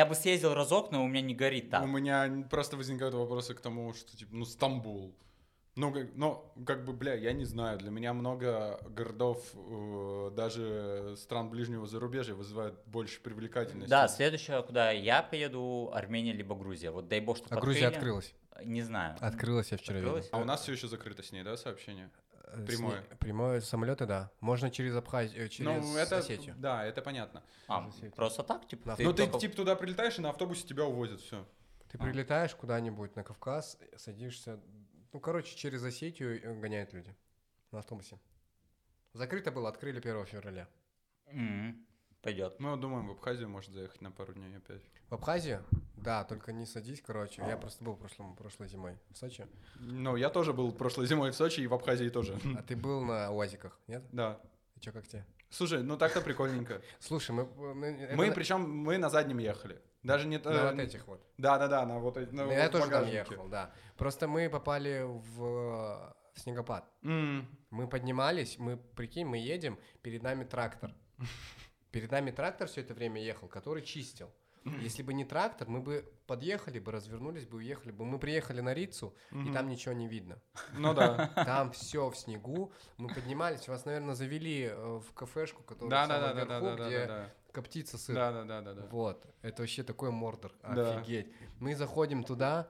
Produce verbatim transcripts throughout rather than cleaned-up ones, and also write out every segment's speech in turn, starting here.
я бы съездил разок, но у меня не горит так. У меня просто возникают вопросы к тому, что, типа, ну, Стамбул. Ну, как, ну, как бы, бля, я не знаю. Для меня много городов, э, даже стран ближнего зарубежья, вызывают больше привлекательности. Да, следующее, куда я поеду, Армения либо Грузия. Вот дай бог, что А подкрыли. Грузия открылась? Не знаю. Открылась, я вчера Открылась? видел. А у нас все еще закрыто с ней, да, сообщение? С Прямое. ней- Прямое самолеты, да. Можно через Абхазию, через Ну, это, Осетию. да, это понятно. А, просто так, типа? На ты Ну, ты, только- типа, туда прилетаешь, и на автобусе тебя увозят, все. Ты А. прилетаешь куда-нибудь на Кавказ, садишься... Ну, короче, через Осетию э, гоняют люди на автобусе. Закрыто было, открыли первого февраля. М, Пойдет. Мы вот думаем, в Абхазию может заехать на пару дней опять. В Абхазию? Да, только не садись, короче. Я просто был прошлым, прошлой зимой в Сочи. Ну, я тоже был прошлой зимой в Сочи и в Абхазии тоже. А ты был на УАЗиках, нет? Да. И чё, как тебе? Слушай, ну так-то прикольненько. Слушай, мы... Мы, это Мы, на- причем, мы на заднем ехали. Даже не... на вот этих вот. Да-да-да, на вот эти... на Ну, я тоже там багажнике. ехал, да. Просто мы попали в э, снегопад. М. Мы поднимались, мы, прикинь, мы едем, перед нами трактор. Перед нами трактор все это время ехал, который чистил. Если бы не трактор, мы бы подъехали бы, развернулись бы, уехали бы. Мы приехали на Рицу, и там ничего не видно. Ну да. Там все в снегу. Мы поднимались, вас, наверное, завели э, в кафешку, которая самая вверху, Да-да-да-да-да-да-да. где коптится сыр. Да-да-да-да-да. Вот, это вообще такой мордор, Да. офигеть. Мы заходим туда,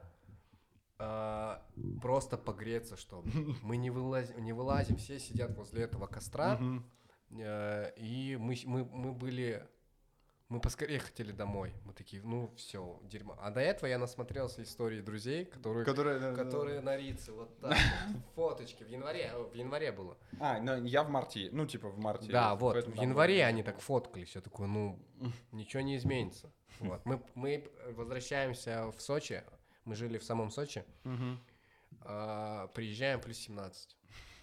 а, просто погреться, чтобы. Мы не вылазим, не вылазим, все сидят возле этого костра, Мгм. э, и мы, с- мы, мы были, мы поскорее хотели домой. Мы такие, ну все, дерьмо. А до этого я насмотрелся истории друзей, которые, Которые... да, да, да. которые на Рице, вот так, вот, фоточки, в январе, в январе было. А, ну я в марте, ну типа в марте. Да, вот, Поэтому в там январе было. они так фоткались, я такой, ну, ничего не изменится. Вот. Мы, мы возвращаемся в Сочи, мы жили в самом Сочи, Мгм. а, приезжаем плюс семнадцать.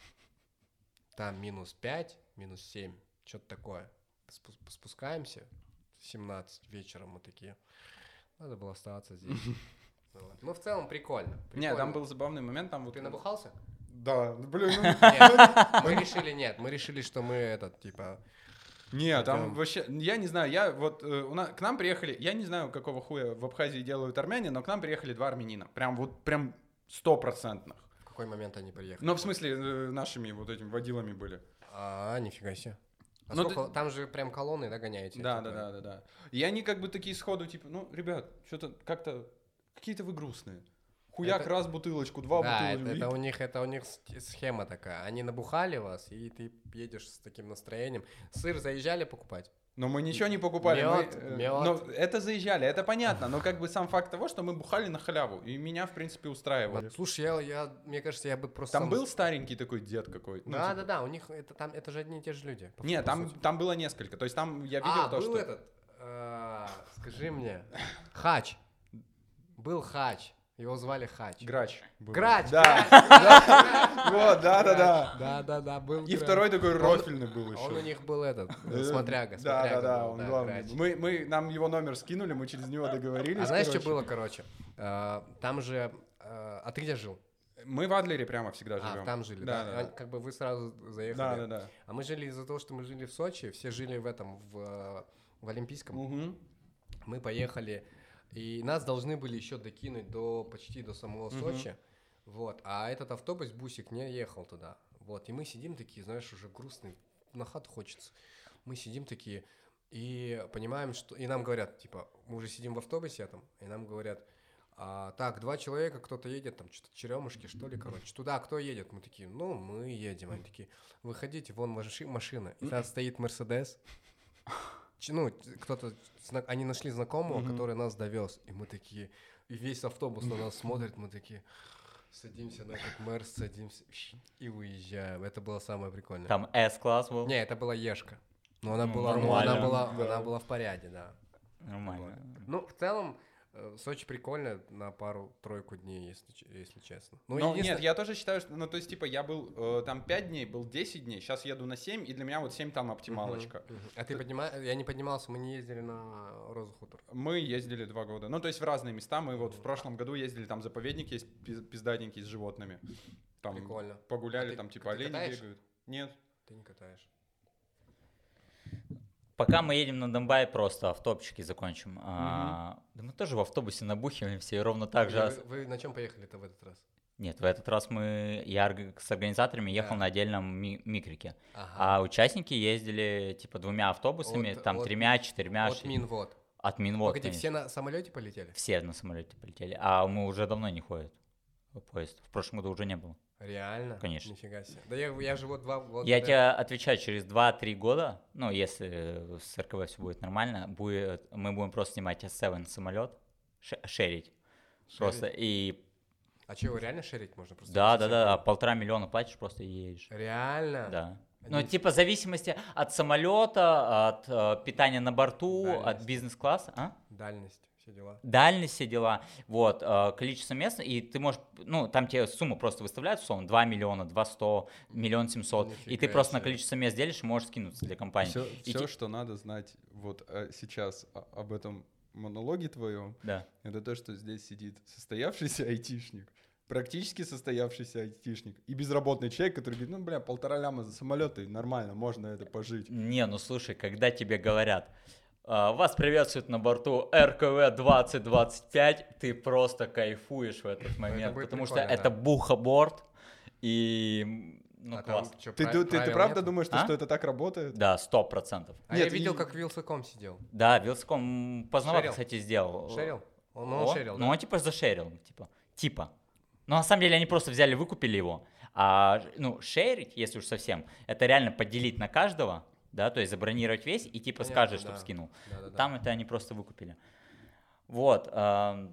Там минус пять, минус семь, что-то такое. Спу- Спускаемся, семнадцать вечером мы такие, надо было оставаться здесь. Вот. Ну, в целом прикольно. Не, прикольно. там был забавный момент, там вот... Ты набухался? Да, блин, ну... Нет, мы решили, нет, мы решили, что мы этот, типа... Не, там Прям- вообще, я не знаю, я вот, э, у нас, к нам приехали, я не знаю, какого хуя в Абхазии делают армяне, но к нам приехали два армянина, прям вот, прям стопроцентных. В какой момент они приехали? Ну, в смысле, э, нашими вот этими водилами были. А, нифига себе. А Ну, сколько- Там же прям колонны, да, гоняете? Да, типа? да, да, да, да. И они как бы такие сходу, типа, ну, ребят, что-то как-то, какие-то вы грустные. Хуяк, Это- раз бутылочку, два Да, бутылочку. это, и- это у них, это у них с- схема такая. Они набухали вас, и ты едешь с таким настроением. Сыр заезжали покупать? Но мы ничего не покупали. мы, Мёд, э, мёд. Но это заезжали, это понятно. Но как бы сам факт того, что мы бухали на халяву. И меня, в принципе, устраивало. Слушай, я, я, мне кажется, я бы просто... Там сам- был старенький такой дед какой-то? Ну, Да, типа- да, да, у них это там, это же одни и те же люди. по- Нет, по там, сути. там было несколько. То есть там я видел А, то, был что... этот, э, скажи мне, Хач. Был Хач. Его звали Хач. Грач. был. Грач! Да. Вот, да, да, да. Да, да, да, был И Грач. второй такой Он- рофильный был Он у еще. них был этот, Э, смотряга, Да, смотряга да, да, был, он да, главный. Грач. Мы, мы, нам его номер скинули, мы через него договорились. А знаешь, что короче. было, короче? Э, Там же... э, А ты где жил? Мы в Адлере прямо всегда А, живем. там жили, Да, да? да, А, да. Как бы вы сразу заехали. Да, да, да. А мы жили из-за того, что мы жили в Сочи, все жили в этом, в, э, в Олимпийском. Мгм. Мы поехали, и нас должны были еще докинуть до почти до самого Мгм. Сочи. Вот. А этот автобус, бусик, не ехал туда. Вот. И мы сидим такие, знаешь, уже грустные, на хату хочется. Мы сидим такие и понимаем, что... И нам говорят, типа, мы уже сидим в автобусе этом, и нам говорят, а, так, два человека, кто-то едет, там, что-то черемушки, что ли, короче. Туда кто едет? Мы такие, ну, мы едем. Они такие, выходите, вон маши- машина. И там стоит Мерседес. Ч- Ну, кто-то, зна- они нашли знакомого, Мгм. который нас довез. И мы такие, и весь автобус на нас смотрит, мы такие, садимся на этот Мерс, садимся и уезжаем. Это было самое прикольное. Там S-класс был. Не, это была Ешка. Но она Ну, была, ну, нормально. она была, Да. она была в порядке, да. Нормально. Ну, в целом, э, Сочи прикольно на пару-тройку дней, если, ч- если честно. Ну, Ну, единственное- нет, я тоже считаю, что, ну, то есть, типа, я был э, там пять дней, был десять дней, сейчас еду на семь, и для меня вот семь там оптималочка. Мгм, мгм. А ты поднимаешь? Я не поднимался, мы не ездили на Розу Хутор. Мы ездили два года, ну, то есть в разные места, мы вот в прошлом году ездили, там заповедник есть пиз- пиздатенький с животными, там Прикольно. погуляли, А ты- там, типа, ты олени катаешь? бегают. Нет. Ты не катаешь. Пока мы едем на Донбай, просто автопчики закончим. Угу. А, да мы тоже в автобусе набухиваемся, и ровно так же... Вы, вы на чем поехали-то в этот раз? Нет, в этот раз мы, я с организаторами ехал Да. на отдельном ми- микрике, Ага. а участники ездили типа двумя автобусами, От- там от- тремя, четырьмя. От Минвод. От Минвод, Погоди, конечно. все на самолете полетели? Все на самолете полетели, а мы уже давно не ходят в поезд. В прошлом году уже не было. Реально? Конечно. Нифига себе. Да я, я живу два года. Я тебе отвечаю, через два-три года, ну, если с эр ка вэ все будет нормально, будет, мы будем просто снимать эс семь самолет, ше- шерить. Шерить? Просто и... А что, его реально шерить можно? Просто Да, все да, да, ходят? полтора миллиона платишь, просто и едешь. Реально? Да. Они- Ну, типа, в зависимости от самолета, от э, питания на борту, Дальность. от бизнес-класса, а? Дальность, все дела. Дальность, все дела, вот, э, количество мест, и ты можешь, ну, там тебе сумму просто выставляют, условно, два миллиона, два сто, миллион семьсот, и ты Нифига просто на себе. количество мест делишь и можешь скинуться для компании. Все, И все ти- что надо знать вот э, сейчас о- об этом монологе твоем, Да. это то, что здесь сидит состоявшийся айтишник, практически состоявшийся айтишник и безработный человек, который говорит, ну, бля, полтора ляма за самолеты, нормально, можно это пожить. Не, ну слушай, когда тебе говорят, «А, вас приветствует на борту эр ка вэ двадцать двадцать пять, ты просто кайфуешь в этот момент, будет потому что прикольно, это да. бухаборд, и, ну, А там классно. чё, Ты, пра- ты, ты, ты правил правда нету? думаешь, что, А? что это так работает? Да, сто процентов. А я Нет, видел, и- как Вилсаком сидел. Да, Вилсаком поздновато, Шерил? кстати, сделал. Шерил? Он, ну, О, он шерил, ну да? он типа зашерил, типа, типа. Но на самом деле они просто взяли, выкупили его. А, ну, шерить, если уж совсем, это реально поделить на каждого, да, то есть забронировать весь и типа Понятно, скажешь, да. чтобы скинул. Да-да-да. Там это они просто выкупили. Вот. ам,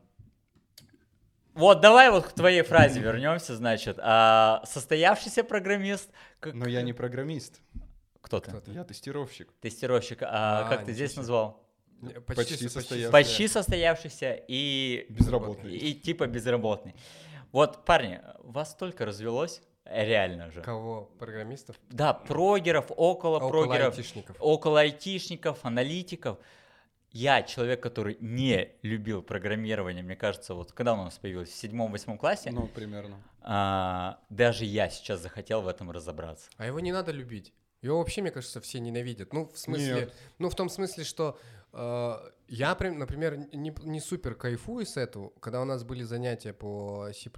Вот, давай вот к твоей фразе вернемся, значит. А, состоявшийся программист... как- Но я не программист, Кто ты? Кто ты? я тестировщик. Тестировщик. А, А, как ты ничего здесь себе. назвал? Не, Почти со- состоявшийся. Почти состоявшийся и... Безработный. И, типа безработный. Вот, парни, вас столько развелось, реально же. Кого? Программистов? Да, прогеров, около, Около прогеров, айтишников. около айтишников, аналитиков. Я человек, который не любил программирование, мне кажется, вот когда оно у нас появилось, в седьмом-восьмом классе, Ну, примерно. а, даже я сейчас захотел в этом разобраться. А его не надо любить. Его вообще, мне кажется, все ненавидят. Ну, в смысле, Нет. ну, в том смысле, что э, я, прям, например, не, не супер кайфую с этого. Когда у нас были занятия по C++,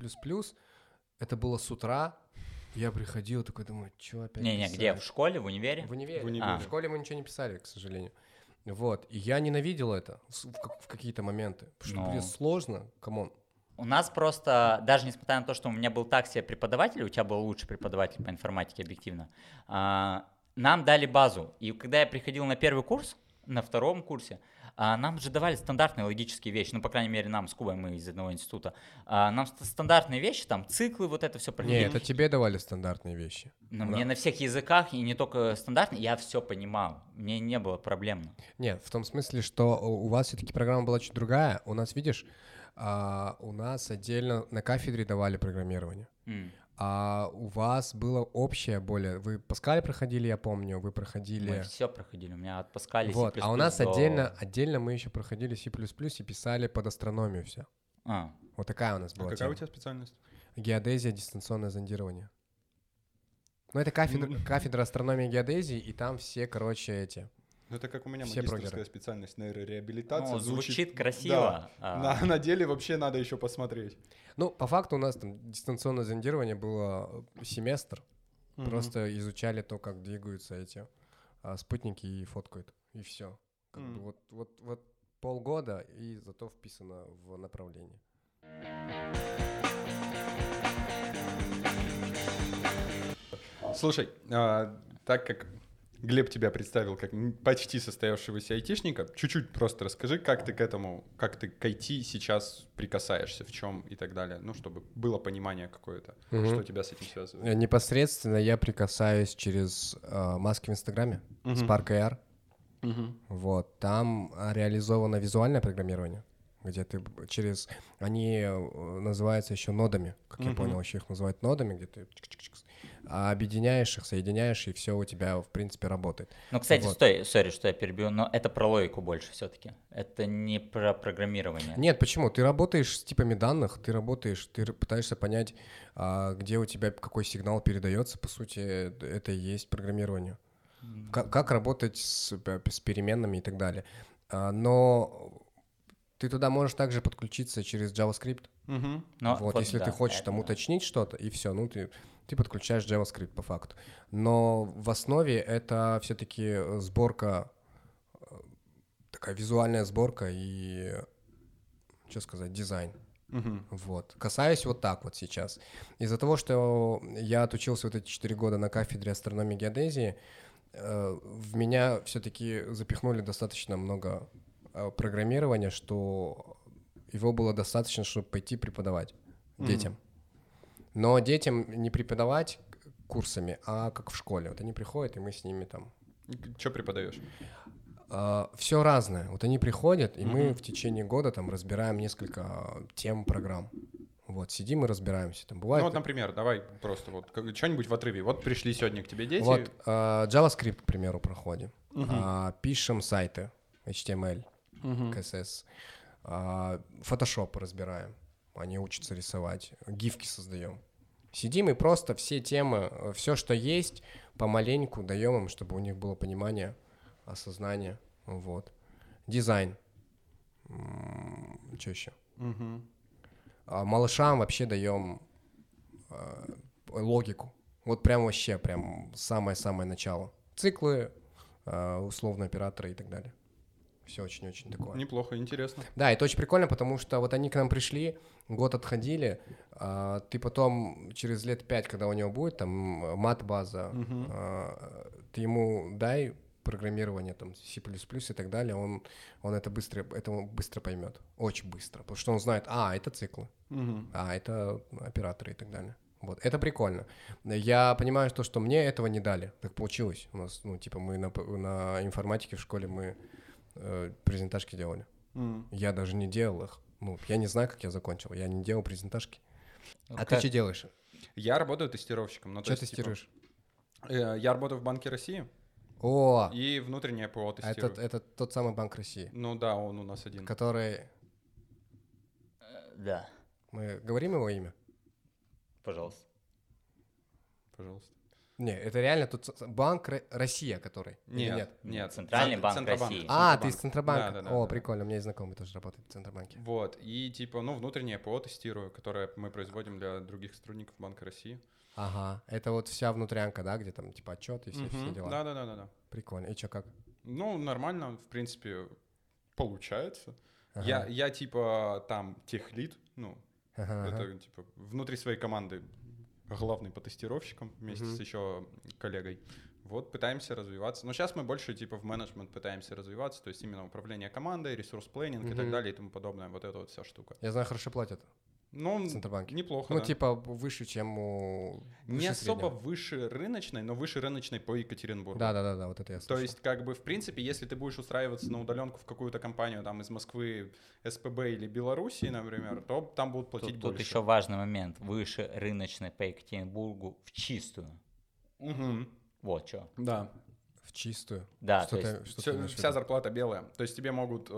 это было с утра, я приходил такой, думаю, что опять Не-не, писать? где? В школе, в универе? В универе. В универе. А. В школе мы ничего не писали, к сожалению. Вот. И я ненавидел это с- в, как- в какие-то моменты. Потому что, Ну. блин, сложно, камон. У нас просто, даже несмотря на то, что у меня был так себе преподаватель, у тебя был лучший преподаватель по информатике, объективно, а, нам дали базу. И когда я приходил на первый курс, на втором курсе, а, нам же давали стандартные логические вещи, ну, по крайней мере, нам с Кубой, мы из одного института. А, нам ст- стандартные вещи, там, циклы, вот это все Не, проходили. это тебе давали стандартные вещи. Но Да. мне на всех языках, и не только стандартные, я все понимал. Мне не было проблем. Нет, в том смысле, что у у вас все-таки программа была чуть другая. У нас, видишь, а, у нас отдельно на кафедре давали программирование. М. А у вас было общее более... Вы Паскаль проходили, я помню, вы проходили... Мы все проходили, у меня от Паскаля Вот, C++ а у нас до- отдельно, отдельно мы еще проходили C++ и писали под астрономию все. А, Вот такая у нас А была какая тема. у тебя специальность? Геодезия, дистанционное зондирование. Ну, это кафедра, кафедра астрономии и геодезии, и там все, короче, эти... Ну, это как у меня Все магистрская прогеры. специальность нейрореабилитация. ну, звучит красиво. Да. а, На, на деле вообще надо еще посмотреть. Ну, по факту у нас там дистанционное зондирование было семестр. Просто изучали то, как двигаются эти а, спутники и фоткают. И все. Как бы Мгм. вот, вот, вот полгода, и зато вписано в направление. Слушай, а, так как Глеб тебя представил как м, почти состоявшегося айтишника, чуть-чуть просто расскажи, как ты к этому, как ты к ай ти сейчас прикасаешься, в чем и так далее, ну, чтобы было понимание какое-то, Мгм. что тебя с этим связывает. Э, Непосредственно я прикасаюсь через э, маски в Инстаграме, Мгм. Spark эй ар. Мгм. Вот, там а, реализовано визуальное программирование, где ты б- через... Они э, называются еще нодами, как я Мгм. понял, еще их называют нодами, где ты чик-чик-чик, а объединяешь их, соединяешь, и все у тебя, в принципе, работает. Ну, кстати, Вот. стой, сори, что я перебью, но это про логику больше все-таки. Это не про программирование. Нет, почему? Ты работаешь с типами данных, ты работаешь, ты р- пытаешься понять, а, где у тебя какой сигнал передается, по сути, э, это и есть программирование. как, как работать с, с переменными и так далее. А, но ты туда можешь также подключиться через JavaScript. Угу. Но вот, вот если да, ты хочешь это там да. уточнить что-то, и все, ну ты, ты подключаешь JavaScript по факту. Но в основе это все-таки сборка, такая визуальная сборка и, что сказать, дизайн. Угу. Вот. Касаюсь вот так вот сейчас. Из-за того, что я отучился вот эти четыре года на кафедре астрономии и геодезии, э, в меня все-таки запихнули достаточно много э, программирования, что его было достаточно, чтобы пойти преподавать Мгм. детям. Но детям не преподавать курсами, а как в школе. Вот они приходят, и мы с ними там... Что преподаешь? Все разное. Вот они приходят, и мы Мгм. в течение года там разбираем несколько тем программ. Вот, сидим и разбираемся. Там Ну бывает... вот, например, давай просто вот как- что-нибудь в отрыве. Вот пришли сегодня к тебе дети. Вот а, JavaScript, к примеру, проходим. Мгм. А, пишем сайты, эйч ти эм эль, Мгм. си эс эс. А, Photoshop разбираем. Они учатся рисовать. Гифки создаем. Сидим и просто все темы, все, что есть, помаленьку даем им, чтобы у них было понимание, осознание. Вот. Дизайн. Что еще? Мгм. А малышам вообще даем а, логику. Вот прям вообще, прям самое-самое начало. Циклы, а, условно операторы и так далее. Все очень-очень такое. Неплохо, интересно. Да, это очень прикольно, потому что вот они к нам пришли, год отходили, а, ты потом через лет пять, когда у него будет там мат-база, Мгм. а, ты ему дай программирование, там, C++ и так далее, он, он это быстро, это он быстро поймет, очень быстро, потому что он знает, а, это циклы, Мгм. а, это операторы и так далее. Вот, это прикольно. Я понимаю, то, что мне этого не дали, так получилось. У нас, ну, типа, мы на, на информатике в школе мы э, презентажки делали. Мгм. Я даже не делал их. Ну, я не знаю, как я закончил. Я не делал презентажки. Ну, А как- ты что делаешь? Я работаю тестировщиком. Ну, то Что есть, типа, тестируешь? э, я работаю в Банке России О, и внутреннее ПО это, тестирую. это тот самый Банк России, Ну да, он у нас один. который... Э, Да, Мы говорим его имя? пожалуйста. Пожалуйста. Не, это реально тот с- Банк Ро- Россия, который? Или Нет, нет? нет. Центральный Цент- банк Центробанк. России. А, Центробанк. ты из Центробанка. Да, да, да, О, да. прикольно, у меня есть знакомый тоже работает в Центробанке. Вот, и типа, ну, внутреннее ПО тестирую, которое мы производим для других сотрудников Банка России. Ага, это вот вся внутрянка, да, где там типа отчет и все, все Мгм. дела. Да, да, да, да, да. Прикольно. И что, как? Ну, нормально, в принципе, получается. Ага. Я, я типа там техлид, ну, Ага, ага. это типа внутри своей команды главный по тестировщикам вместе Мгм. с еще коллегой. Вот, пытаемся развиваться. Но сейчас мы больше типа в менеджмент пытаемся развиваться, то есть именно управление командой, ресурс-плейнинг и так Мгм. далее и тому подобное. Вот это вот вся штука. Я знаю, хорошо платят Ну, в Центробанке. неплохо, Ну, да. типа выше, чем у... Не выше особо среднего. выше рыночной, но выше рыночной по Екатеринбургу. Да-да-да, вот это я слышал. То есть, как бы, в принципе, если ты будешь устраиваться на удаленку в какую-то компанию там из Москвы, СПБ или Белоруссии, например, то там будут платить Тут, тут больше. еще важный момент. Выше рыночной по Екатеринбургу в чистую. Мгм. Вот что. Да. В чистую. Да, Что то ты- есть что ты Всё- имеешь в вся виду? зарплата белая. То есть тебе могут, э,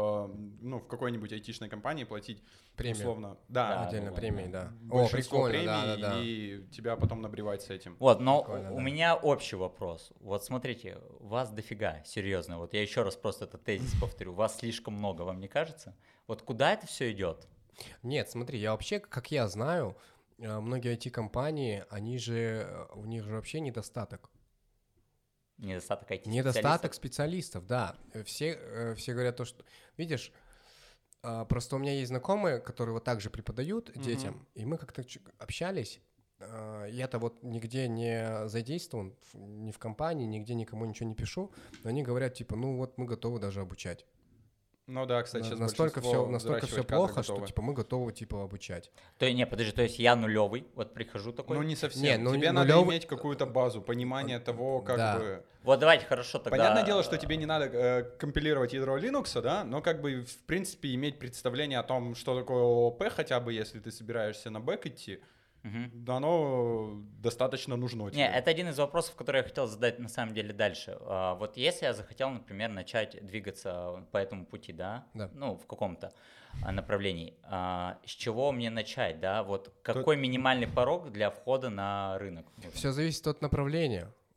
ну, в какой-нибудь айтишной компании платить Премию. условно. Да, Да, Отдельно вот, премии, да. да. О, большинство прикольно, премий, да-да-да. и тебя потом набревать с этим. Вот, но Прикольно, у да. меня общий вопрос. Вот смотрите, вас дофига, серьезно. Вот я еще раз просто этот тезис повторю. Вас слишком много, вам не кажется? Вот куда это все идет? Нет, смотри, я вообще, как я знаю, э, многие ай ти-компании, они же, э, у них же вообще недостаток. Недостаток ай ти Недостаток специалистов, да. Э, Все, э, все говорят то, что... Видишь, а, просто у меня есть знакомые, которые вот так же преподают Мгм. детям, и мы как-то ч- общались. а, Я-то вот нигде не задействован, в- ни в компании, нигде никому ничего не пишу, но они говорят, типа, ну вот мы готовы даже обучать. Ну да, кстати, На- сейчас настолько все, настолько все взращивать кадры плохо, что готовы. типа мы готовы типа обучать. То, не, подожди, то есть я нулевый, вот прихожу такой. Ну не совсем. Не, ну, тебе надо нулёвый- иметь какую-то базу, понимание того, как Да. бы... Вот давайте, хорошо, тогда... Понятное дело, что тебе не надо э, компилировать ядро Linux, да, но как бы в принципе иметь представление о том, что такое ООП, хотя бы если ты собираешься на бэк идти, Мгм. да, оно достаточно нужно тебе. Не, это один из вопросов, который я хотел задать на самом деле дальше. А, Вот если я захотел, например, начать двигаться по этому пути, да, Да. ну, в каком-то а, направлении, а, с чего мне начать, да, вот какой минимальный порог для входа на рынок? Все зависит от направления.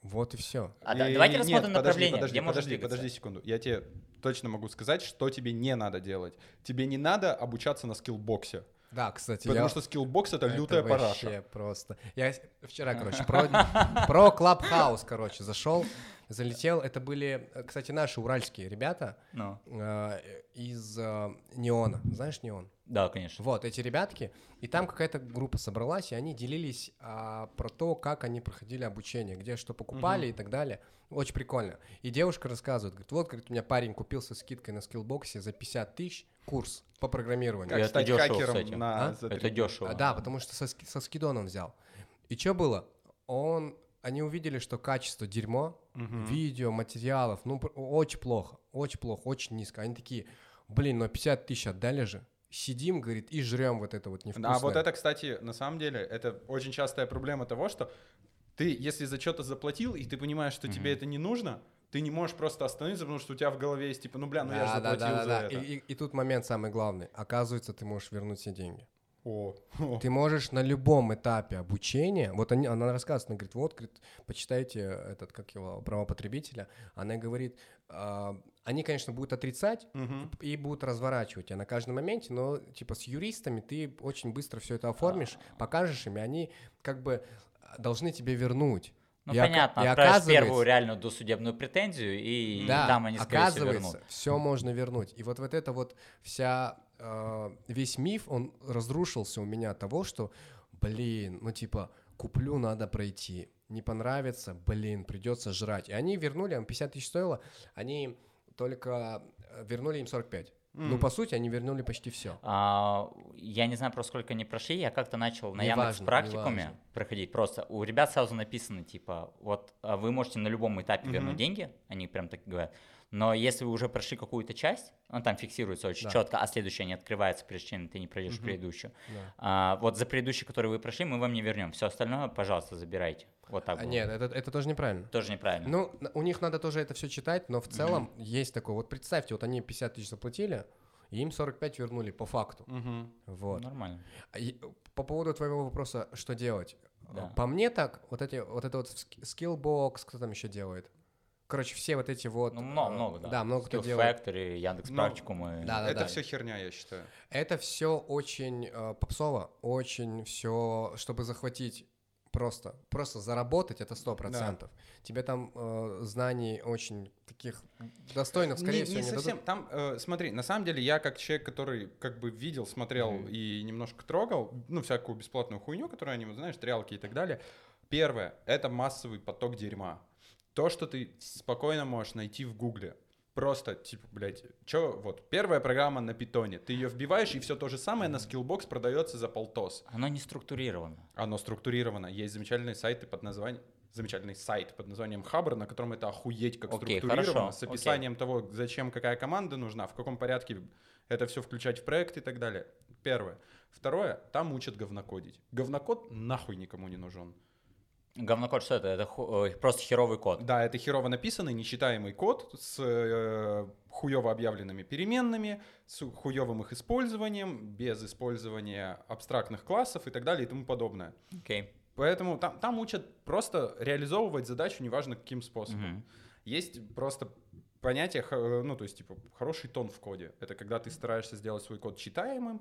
Вот и все. А да- И- давайте нет, рассмотрим подожди, направление, Подожди, где можно подожди, двигаться. подожди секунду. Я тебе точно могу сказать, что тебе не надо делать. Тебе не надо обучаться на скиллбоксе. Да, кстати, Потому я... что скиллбокс — это, Это лютая параша. вообще просто. Я с- вчера, короче, про, про Clubhouse, короче, зашел, залетел. Это были, э, кстати, наши уральские ребята Ну, э, из э, Неона. Знаешь Неон? да, конечно. Вот, эти ребятки. И там какая-то группа собралась, и они делились а, про то, как они проходили обучение, где что покупали Мгм. и так далее. Очень прикольно. И девушка рассказывает, говорит, вот, говорит, у меня парень купил со скидкой на скиллбоксе за пятьдесят тысяч курс по программированию. Как это стать дешево, хакером кстати. на... А? за Это три дня. дешево. А, да, потому что со, ски- со скидоном взял. И что было? Он, они увидели, что качество дерьмо, Мгм. видео, материалов, ну, пр- очень плохо, очень плохо, очень низко. Они такие, блин, ну пятьдесят тысяч отдали же. Сидим, говорит, и жрем вот это вот невкусное. А вот это, кстати, на самом деле, это очень частая проблема того, что ты, если за что-то заплатил, и ты понимаешь, что тебе Мгм. это не нужно, ты не можешь просто остановиться, потому что у тебя в голове есть, типа, ну, бля, ну я же Да, да, заплатил да, за да, да. это. И, и- и тут момент самый главный. Оказывается, ты можешь вернуть все деньги. О, о. Ты можешь на любом этапе обучения, вот они, она рассказывает, она говорит, вот, говорит, почитайте этот, как его, права потребителя. Она говорит, а, они, конечно, будут отрицать Мгм. и будут разворачивать тебя на каждом моменте, но, типа, с юристами ты очень быстро все это оформишь, покажешь им, и они, как бы, должны тебе вернуть. Ну, И ока- понятно, и отправишь оказывается- первую реальную досудебную претензию, и Да, там они, скорее всего, оказывается, вернут. все можно вернуть. И вот, вот это вот вся, э, весь миф, он разрушился у меня от того, что, блин, ну типа, куплю, надо пройти. Не понравится, блин, придется жрать. И они вернули, им пятьдесят тысяч стоило, они только э, вернули им сорок пять. Ну, М. по сути, они вернули почти все. А, я не знаю, просто сколько они прошли, я как-то начал на Неважно, Яндекс практикуме неважно. проходить. Просто у ребят сразу написано, типа, вот а, вы можете на любом этапе Мгм. вернуть деньги, они прям так говорят. Но если вы уже прошли какую-то часть, он там фиксируется очень Да. четко, а следующая не открывается, прежде чем ты не пройдешь Мгм. предыдущую. Да. А, вот за предыдущий, который вы прошли, мы вам не вернем. Все остальное, пожалуйста, забирайте. Вот так А, было. нет, это, это тоже неправильно. Тоже неправильно. Ну, н- у них надо тоже это все читать, но в целом есть такое. Вот представьте, вот они пятьдесят тысяч заплатили, и им сорок пять вернули по факту. Мгм. Вот. Нормально. А и по поводу твоего вопроса, что делать? Да. По мне так, вот эти, вот это вот sk- Skillbox, кто там еще делает? Короче, все вот эти вот... Ну, много, э, много, да. Да, много кто Skill делает. Factory, Яндекс Ну, Практикумы. да, да, Это да. все херня, я считаю. Это все очень э, попсово, очень все, чтобы захватить просто, просто заработать, это сто процентов. Тебе там э, знаний очень таких достойных, скорее не, всего, не не совсем. дадут. Там, э, смотри, на самом деле я как человек, который как бы видел, смотрел Мгм. и немножко трогал, ну, всякую бесплатную хуйню, которую они, вот, знаешь, стрелки и так далее. Первое — это массовый поток дерьма. То, что ты спокойно можешь найти в Гугле. Просто, типа, блядь, чё, вот, первая программа на питоне, ты ее вбиваешь, и все то же самое на Skillbox продается за полтос. Оно не структурировано. Оно структурировано. Есть замечательные сайты под названием, замечательный сайт под названием Хабр, на котором это охуеть как Окей, структурировано, хорошо, с описанием того, зачем какая команда нужна, в каком порядке это все включать в проект и так далее. Первое. Второе, там учат говнокодить. Говнокод нахуй никому не нужен. Говнокод что это? Это ху- ой, просто херовый код. Да, это херово написанный, нечитаемый код с э, хуево объявленными переменными, с хуевым их использованием, без использования абстрактных классов и так далее и тому подобное. Окей. Поэтому там, там учат просто реализовывать задачу, неважно каким способом. Мгм. Есть просто понятие, х- ну, то есть, типа, хороший тон в коде. Это когда ты стараешься сделать свой код читаемым,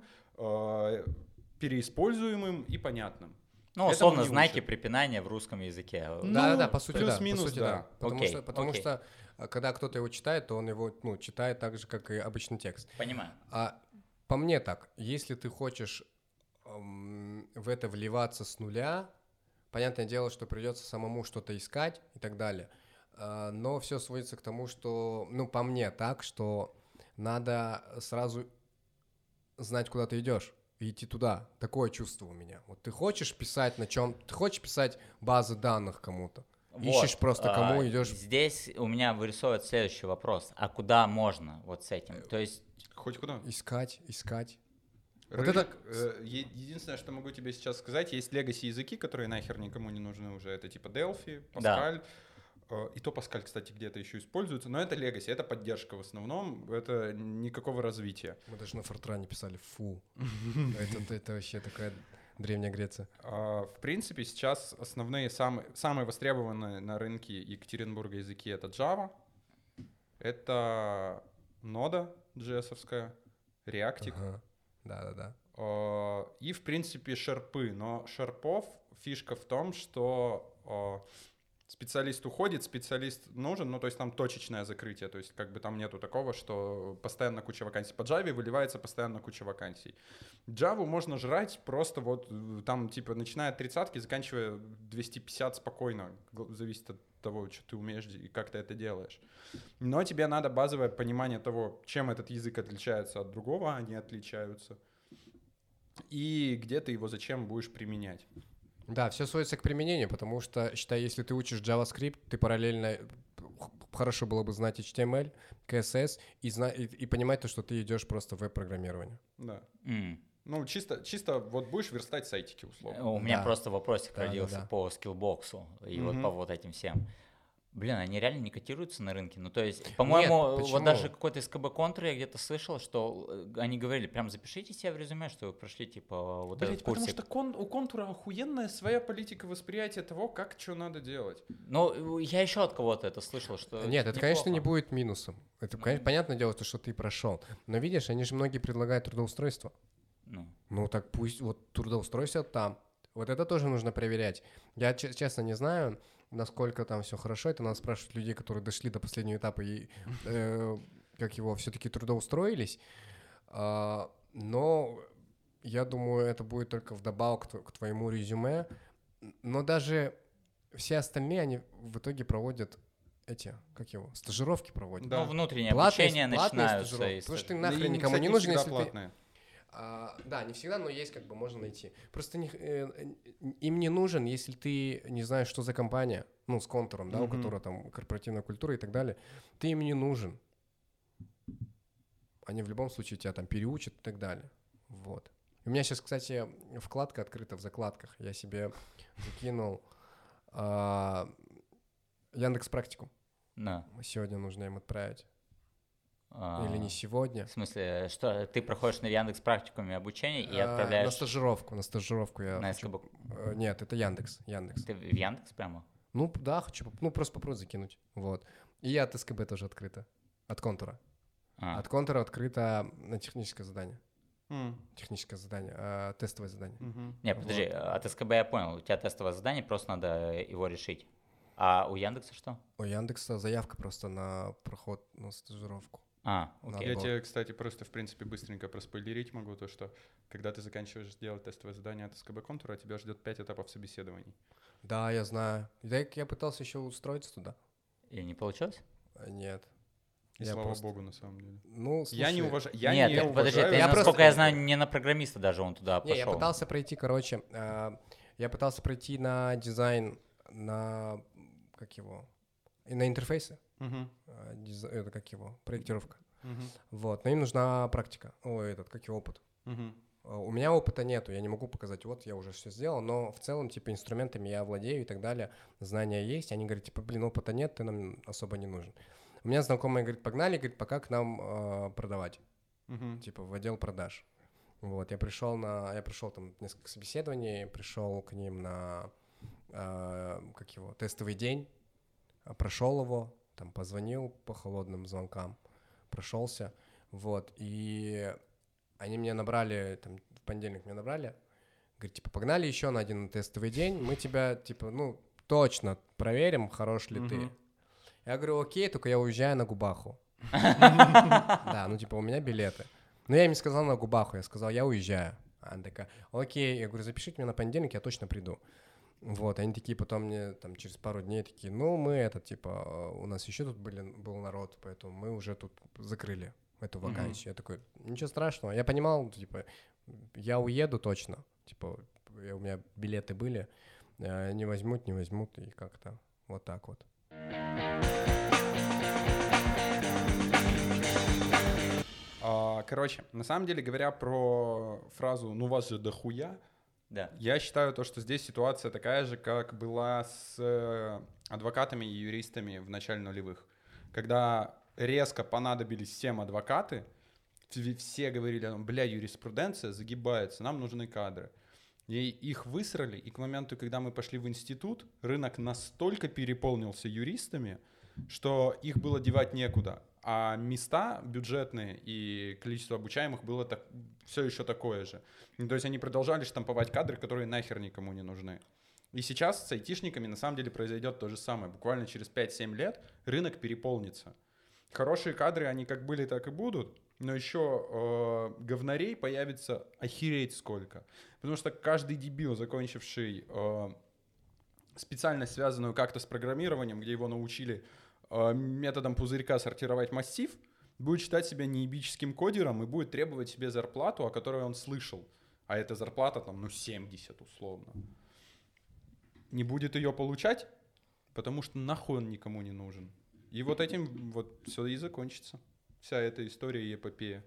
э, переиспользуемым и понятным. Ну, Этому условно, не знаки учат. препинания в русском языке. Ну, Да-да-да, по сути, да. плюс-минус, по сути, да. Потому, Окей, что, потому окей. что, а, когда кто-то его читает, то он его ну, читает так же, как и обычный текст. Понимаю. А по мне так, если ты хочешь эм, в это вливаться с нуля, понятное дело, что придется самому что-то искать и так далее. А, но все сводится к тому, что, ну, по мне так, что надо сразу знать, куда ты идешь. И идти туда. Такое чувство у меня. Вот ты хочешь писать на чем? Ты хочешь писать базы данных кому-то? Ищешь просто, кому а, идешь. Здесь у меня вырисовывает следующий вопрос. А куда можно вот с этим? То есть, Хоть куда. Искать, искать. Вот Рыжик, это- э, е- единственное, что могу тебе сейчас сказать, есть legacy языки, которые нахер никому не нужны уже. Это типа Delphi, Да. Pascal. Э, И то Pascal, кстати, где-то еще используется. Но это legacy, это поддержка в основном. Это никакого развития. Мы даже на Фортране писали фу. Это, это вообще такая Древняя Греция. А, В принципе, сейчас основные, самые, самые востребованные на рынке Екатеринбурга языки — это Java, это Node джей эс-овская, Reactic, Ага. Да-да-да. а, и, в принципе, шарпы. Но шарпов фишка в том, что а, специалист уходит, специалист нужен, ну, то есть там точечное закрытие, то есть как бы там нету такого, что постоянно куча вакансий. По Java выливается постоянно куча вакансий. Java можно жрать просто вот э, там типа начиная от тридцатки, заканчивая двести пятьдесят спокойно, г- зависит от того, что ты умеешь и как ты это делаешь. Но тебе надо базовое понимание того, чем этот язык отличается от другого, они отличаются, и где ты его зачем будешь применять. Да, все сводится к применению, потому что, считай, если ты учишь JavaScript, ты параллельно хорошо было бы знать эйч ти эм эль, си эс эс и, зна- и, и понимать то, что ты идешь просто в веб-программирование. Да. М. Ну, чисто, чисто вот будешь верстать сайтики, условно. У меня Да. просто вопросик Да, да, родился да. по скиллбоксу и вот Мгм. по вот этим всем. Блин, они реально не котируются на рынке? Ну, то есть, по-моему, почему? вот даже какой-то из КБ-контра я где-то слышал, что э, они говорили, прям запишите себе в резюме, что вы прошли, типа, вот Блять, этот потому курсик. что кон- у контура охуенная своя политика восприятия того, как что надо делать. Ну, я еще от кого-то это слышал, что Нет, это, конечно, не неплохо. будет минусом. Это, Ну. конечно, понятное дело, то, что ты прошел. Но видишь, они же многие предлагают трудоустройство. Ну, Ну так пусть вот трудоустройство там. Вот это тоже нужно проверять. Я че- честно не знаю, насколько там все хорошо. Это надо спрашивать людей, которые дошли до последнего этапа и э, как его все-таки трудоустроились. А, но я думаю, это будет только вдобавок к, тво- к твоему резюме. Но даже все остальные, они в итоге проводят эти, как его, стажировки проводят. Да. ну внутреннее Платные- обучение платные начинаются. стажировки, и потому что стаж- ты нахрен И, никому кстати, не нужен, всегда если ты... платные. А, да, не всегда, но есть, как бы можно найти. Просто не- э, э, им не нужен, если ты не знаешь, что за компания, ну, с контуром, да, у Мгм. которой там корпоративная культура и так далее, ты им не нужен. Они в любом случае тебя там переучат и так далее. Вот. У меня сейчас, кстати, вкладка открыта в закладках. Я себе закинул а, Яндекс.Практикум. Ну, Сегодня нужно им отправить. а, Или не сегодня. В смысле, что ты проходишь на Яндекс практикуме обучение и А, На отправляешь стажировку, на стажировку я на хочу. СКБ? Э, Нет, это Яндекс, Яндекс. Ты в Яндекс прямо? Ну да, хочу, поп- ну просто попробовать закинуть, вот. И я от СКБ тоже открыто, от контура. А, От контура открыто на техническое задание, М, техническое задание, а, тестовое задание. мгм. Не, подожди, от СКБ я понял, у тебя тестовое задание, просто надо его решить. А у Яндекса что? У Яндекса заявка просто на проход на стажировку. А, Надо окей. Я было. тебе, кстати, просто, в принципе, быстренько проспойлерить могу то, что когда ты заканчиваешь делать тестовое задание от СКБ контура, тебя ждет пять этапов собеседований. Да, я знаю. Да, я я пытался еще устроиться туда. И не получилось? А, Нет. И Я слава просто- богу, на самом деле. Ну, я не слушай, уважаю. Я Нет, не так подожди, уважаю ты, Я насколько просто- я знаю, не на программиста даже он туда Не, я пошел. пытался пройти, короче, э, я пытался пройти на дизайн, на, как его, и на интерфейсы, Мгм, э, диз- это как его, проектировка. мгм, Вот, но им нужна практика, ой, этот, как его, опыт. мгм. А У меня опыта нету, я не могу показать, вот я уже все сделал, но в целом, типа, инструментами я владею и так далее, знания есть. Они говорят, типа, блин, опыта нет, ты нам особо не нужен. У меня знакомые, говорит, погнали, говорит, пока к нам э, продавать, Мгм. типа, в отдел продаж. Вот, я пришел на, я пришел там несколько собеседований, пришел к ним на, э, как его, тестовый день, а, прошел его, там, позвонил по холодным звонкам, прошелся, вот, и они мне набрали, там, в понедельник меня набрали, говорит, типа, погнали еще на один тестовый день, мы тебя, типа, ну, точно проверим, хорош ли ты. Мгм. Я говорю, окей, только я уезжаю на Губаху. Да, ну, типа, у меня билеты. Но я им не сказал на Губаху, я сказал, я уезжаю. Она такая, окей, я говорю, запишите меня на понедельник, я точно приду. Вот, они такие потом мне там через пару дней такие, ну, мы это, типа, у нас еще тут были, был народ, поэтому мы уже тут закрыли эту Мгм. вакансию. Я такой, ничего страшного. Я понимал, типа, я уеду точно. Типа, я- у меня билеты были, э, не возьмут, не возьмут, и как-то вот так вот. А, Короче, на самом деле, говоря про фразу «ну вас же дохуя», Да. я считаю то, что здесь ситуация такая же, как была с э, адвокатами и юристами в начале нулевых. Когда резко понадобились всем адвокаты, в- все говорили, бля, юриспруденция загибается, нам нужны кадры. И их высрали, и к моменту, когда мы пошли в институт, рынок настолько переполнился юристами, что их было девать некуда. А места бюджетные и количество обучаемых было так, все еще такое же. То есть они продолжали штамповать кадры, которые нахер никому не нужны. И сейчас с айтишниками на самом деле произойдет то же самое. Буквально через пять-семь лет рынок переполнится. Хорошие кадры, они как были, так и будут, но еще э, говнарей появится охереть сколько. Потому что каждый дебил, закончивший э, специальность, связанную как-то с программированием, где его научили э, методом пузырька сортировать массив, будет считать себя неебическим кодером и будет требовать себе зарплату, о которой он слышал. А эта зарплата там, ну, семьдесят условно. Не будет ее получать, потому что нахуй он никому не нужен. И вот этим вот все и закончится. Вся эта история и эпопея.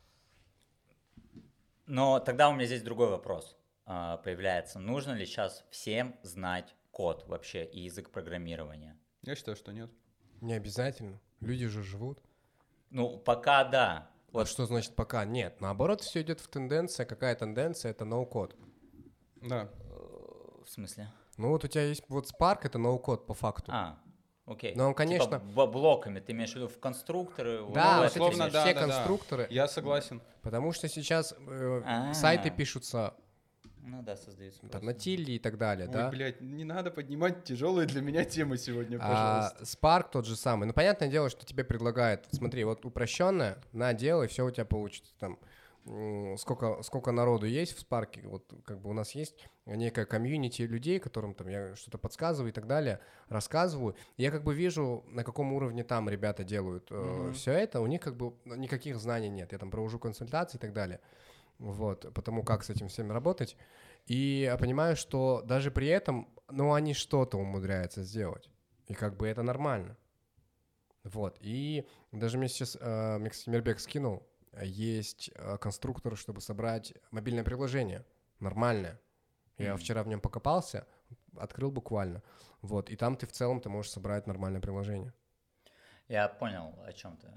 Но тогда у меня здесь другой вопрос а, появляется. Нужно ли сейчас всем знать код вообще и язык программирования? Я считаю, что нет. Не обязательно. Люди же живут. Ну, пока да. Вот что значит пока? Нет, наоборот, все идет в тенденция. Какая тенденция? Это ноу-код. Да. В смысле? Ну вот у тебя есть вот Spark, это ноу-код по факту. А, окей. Но он, конечно... Типа блоками, ты имеешь в виду в конструкторы? Да, ну, вот условно, эти да, все да, да. конструкторы. Я согласен. Потому что сейчас э, А-а-а. сайты пишутся Ну да, создаются. там, на тиле и так далее, Ой, да? блядь, не надо поднимать тяжелые для меня темы сегодня, А пожалуйста. Spark тот же самый. Ну, понятное дело, что тебе предлагают, смотри, вот упрощенное, на, делай, все у тебя получится. Там, м, сколько, сколько народу есть в Spark, вот как бы у нас есть некая комьюнити людей, которым там я что-то подсказываю и так далее, рассказываю. Я как бы вижу, на каком уровне там ребята делают э, Мгм. все это, у них как бы никаких знаний нет. Я там провожу консультации и так далее. Вот, потому как с этим всем работать. И я понимаю, что даже при этом, ну, они что-то умудряются сделать. И как бы это нормально. Вот. И даже мне сейчас э, мне, кстати, Мирбек скинул, есть э, конструктор, чтобы собрать мобильное приложение. Нормальное. Я Мгм. вчера в нем покопался, открыл буквально. Вот. И там ты в целом ты можешь собрать нормальное приложение. Я понял, о чем ты.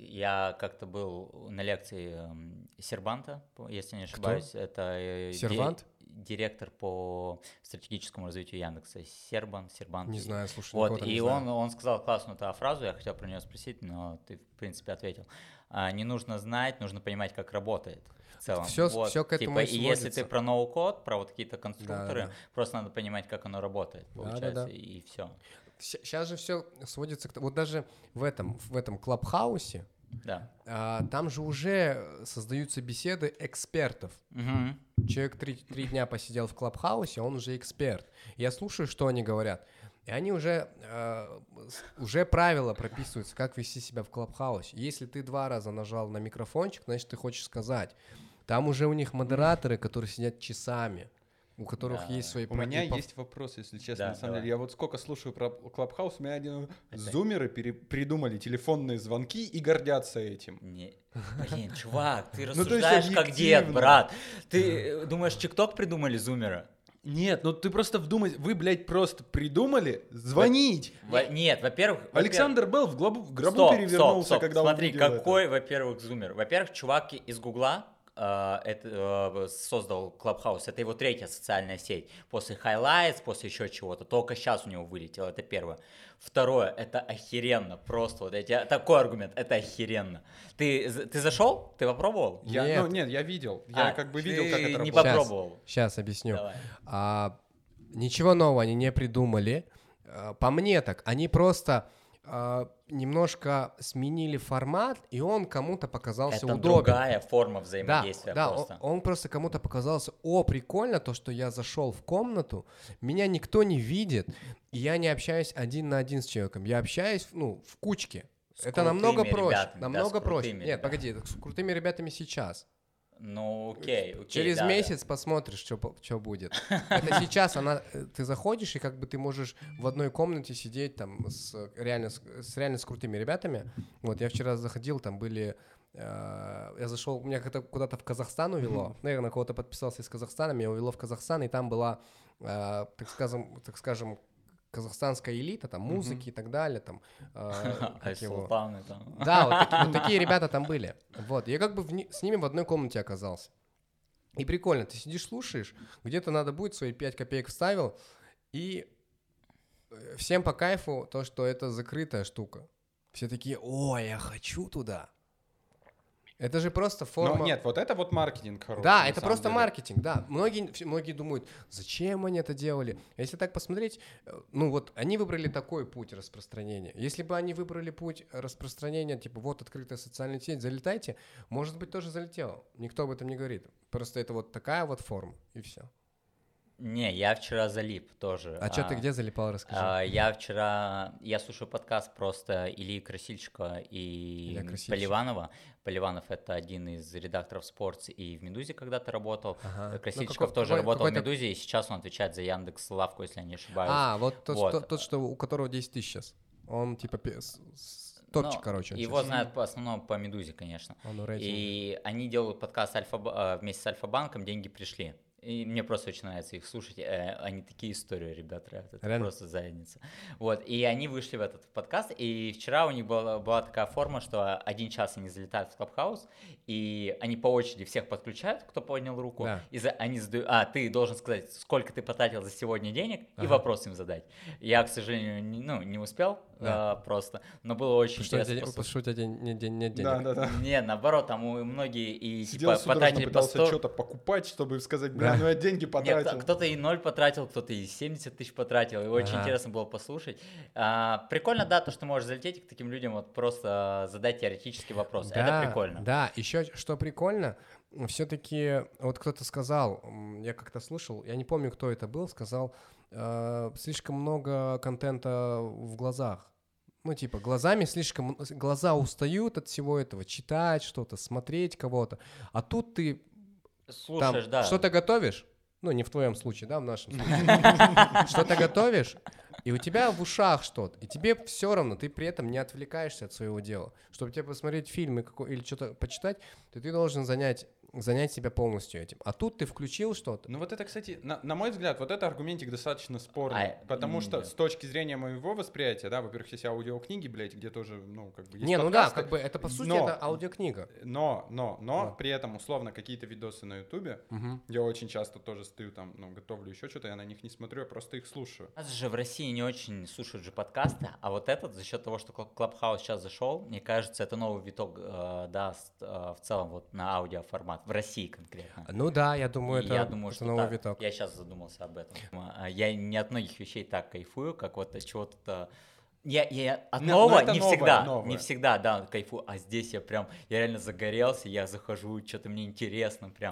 Я как-то был на лекции эм, Сербанта, по- если не ошибаюсь. Это э, ди- Сервант? директор по стратегическому развитию Яндекса. Сербан, Сербант. Не знаю, слушай, Вот, никого там и не он, знаю. он сказал классную та фразу, я хотел про нее спросить, но ты, в принципе, ответил. А, не нужно знать, нужно понимать, как работает в целом. Всё- Вот, всё к этому типа, и и если сводится. ты про ноу-код, про вот какие-то конструкторы, Да-да-да. просто надо понимать, как оно работает, Да-да-да. получается, и все. Сейчас же все сводится к... т- Вот даже в этом, в этом клабхаусе, Да. а, там же уже создаются беседы экспертов. Мгм. Человек три, три дня посидел в клабхаусе, он уже эксперт. Я слушаю, что они говорят. И они уже, э, с- уже правила прописываются, как вести себя в клабхаусе. Если ты два раза нажал на микрофончик, значит, ты хочешь сказать. Там уже у них модераторы, которые сидят часами, у которых Да. есть свои... У про- меня и по- есть вопрос, если честно, Да, на самом давай. деле. Я вот сколько слушаю про Клабхаус, у меня один... Это- Зумеры пере- придумали телефонные звонки и гордятся этим. Не, блин, чувак, ты Ну, то есть рассуждаешь как дед, объективно. брат. Ты э, думаешь, ТикТок придумали зумеры? Нет, ну ты просто вдумай, вы, блядь, просто придумали звонить. Во- нет, во-первых... во-первых- Александр Белл в гробу, в гробу Стоп, перевернулся, стоп, стоп. когда Смотри, увидел какой, это. во-первых, зумер. Во-первых, чувак из Гугла э, это, э, создал Clubhouse. Это его третья социальная сеть. После Highlights, после еще чего-то. Только сейчас у него вылетело. Это первое. Второе, это охеренно. Просто вот эти, такой аргумент. Это охеренно. Ты, з- ты зашел? Ты попробовал? Я, Нет. ну, нет, я видел. Я А, как бы видел, ты как это не работает. попробовал. Сейчас объясню. Давай. А, ничего нового они не придумали. А, по мне так, они просто а, немножко сменили формат, и он кому-то показался Это удобен. другая форма Да, взаимодействия да, он, просто. он просто кому-то показался, о, прикольно то, что я зашел в комнату, меня никто не видит, и я не общаюсь один на один с человеком, я общаюсь, ну, в кучке. С Это намного крутыми проще, ребятами, да, намного с проще. крутыми Нет, ребятами. погоди, с крутыми ребятами сейчас. Ну, окей, окей. Через да, да. месяц посмотришь, что будет. Это сейчас она, э, ты заходишь, и как бы ты можешь в одной комнате сидеть там с реально с, с реально с крутыми ребятами. Вот, я вчера заходил, там были... э, я зашел, меня как-то куда-то в Казахстан увело. Наверное, кого-то подписался из Казахстана, меня увело в Казахстан, и там была, э, так скажем, так скажем, казахстанская элита, там, музыки и так далее, там... э, как его? Айсултаны там. Да, вот, таки- вот такие ребята там были. Вот, я как бы в ни- с ними в одной комнате оказался. И прикольно, ты сидишь, слушаешь, где-то надо будет, свои пять копеек вставил, и всем по кайфу то, что это закрытая штука. Все такие, о, я хочу туда. Это же просто форма... Но нет, вот это вот маркетинг хороший. Да, это просто деле. маркетинг, да. Многие, многие думают, зачем они это делали. Если так посмотреть, ну вот они выбрали такой путь распространения. Если бы они выбрали путь распространения, типа вот открытая социальная сеть, залетайте, может быть, тоже залетело. Никто об этом не говорит. Просто это вот такая вот форма, и все. Не, я вчера залип тоже. А, а что ты где залипал, расскажи. А, я вчера, я слушаю подкаст просто Ильи Красильщика и Поливанова. Поливанов — это один из редакторов Sports и в «Медузе» когда-то работал. Ага. Красильщиков ну, какой, тоже какой, работал в «Медузе», и сейчас он отвечает за Яндекс.Лавку, если я не ошибаюсь. А, вот тот, вот. Что, тот что, у которого десять тысяч сейчас. Он типа топчик, ну, короче. Его сейчас. Знают по основному по «Медузе», конечно. И они делают подкаст Альфа, вместе с Альфа-банком «Деньги пришли». И мне просто очень нравится их слушать. Они такие истории, ребят, ребят. Это Реально? Просто задница. Вот. И они вышли в этот подкаст. И вчера у них была, была такая форма, что один час они залетают в Клабхаус, и они по очереди всех подключают, кто поднял руку. Да. И за, они задают... А, ты должен сказать, сколько ты потратил за сегодня денег, ага. и вопрос им задать. Я, к сожалению, не, ну, не успел да. а, просто. Но было очень потому интересно. Потому что у тебя день, нет, день, нет денег. Да, да, да. Не, наоборот, там многие и Сидел типа потратили пытался по сто... что-то покупать, чтобы сказать, бля, ну я деньги потратил. Нет, кто-то и ноль потратил, кто-то и семьдесят тысяч потратил, и очень ага. интересно было послушать. А, прикольно, да, то, что можешь залететь к таким людям, вот просто задать теоретический вопрос. Да, это прикольно. Да, еще что прикольно, все-таки, вот кто-то сказал, я как-то слышал, я не помню, кто это был, сказал, э, слишком много контента в глазах. Ну, типа, глазами слишком... Глаза устают от всего этого, читать что-то, смотреть кого-то. А тут ты Слушаешь, там да. что-то готовишь, ну, не в твоем случае, да, в нашем случае. Что-то готовишь, и у тебя в ушах что-то, и тебе все равно, ты при этом не отвлекаешься от своего дела. Чтобы тебе посмотреть фильм или что-то почитать, то ты должен занять... занять себя полностью этим. А тут ты включил что-то. Ну вот это, кстати, на, на мой взгляд, вот это аргументик достаточно спорный, а, потому что с точки зрения моего восприятия, да, во-первых, есть аудиокниги, блядь, где тоже, ну, как бы есть Не, подкасты, ну да, как бы это, по сути, но, это аудиокнига. Но, но, но, да. при этом, условно, какие-то видосы на Ютубе, угу. я очень часто тоже стою там, ну, готовлю еще что-то, я на них не смотрю, я просто их слушаю. У нас же в России не очень слушают же подкасты, а вот этот, за счет того, что Clubhouse сейчас зашел, мне кажется, это новый виток э, даст э, в целом вот на аудиоформат, в России конкретно. Ну да, я думаю, это, я думаю, это что новый так. виток. Я сейчас задумался об этом. Я не от многих вещей так кайфую, как вот от чего-то... Я, я от но, нового но не новое, всегда, новое. не всегда, да, кайфую, а здесь я прям, я реально загорелся, я захожу, что-то мне интересно прям.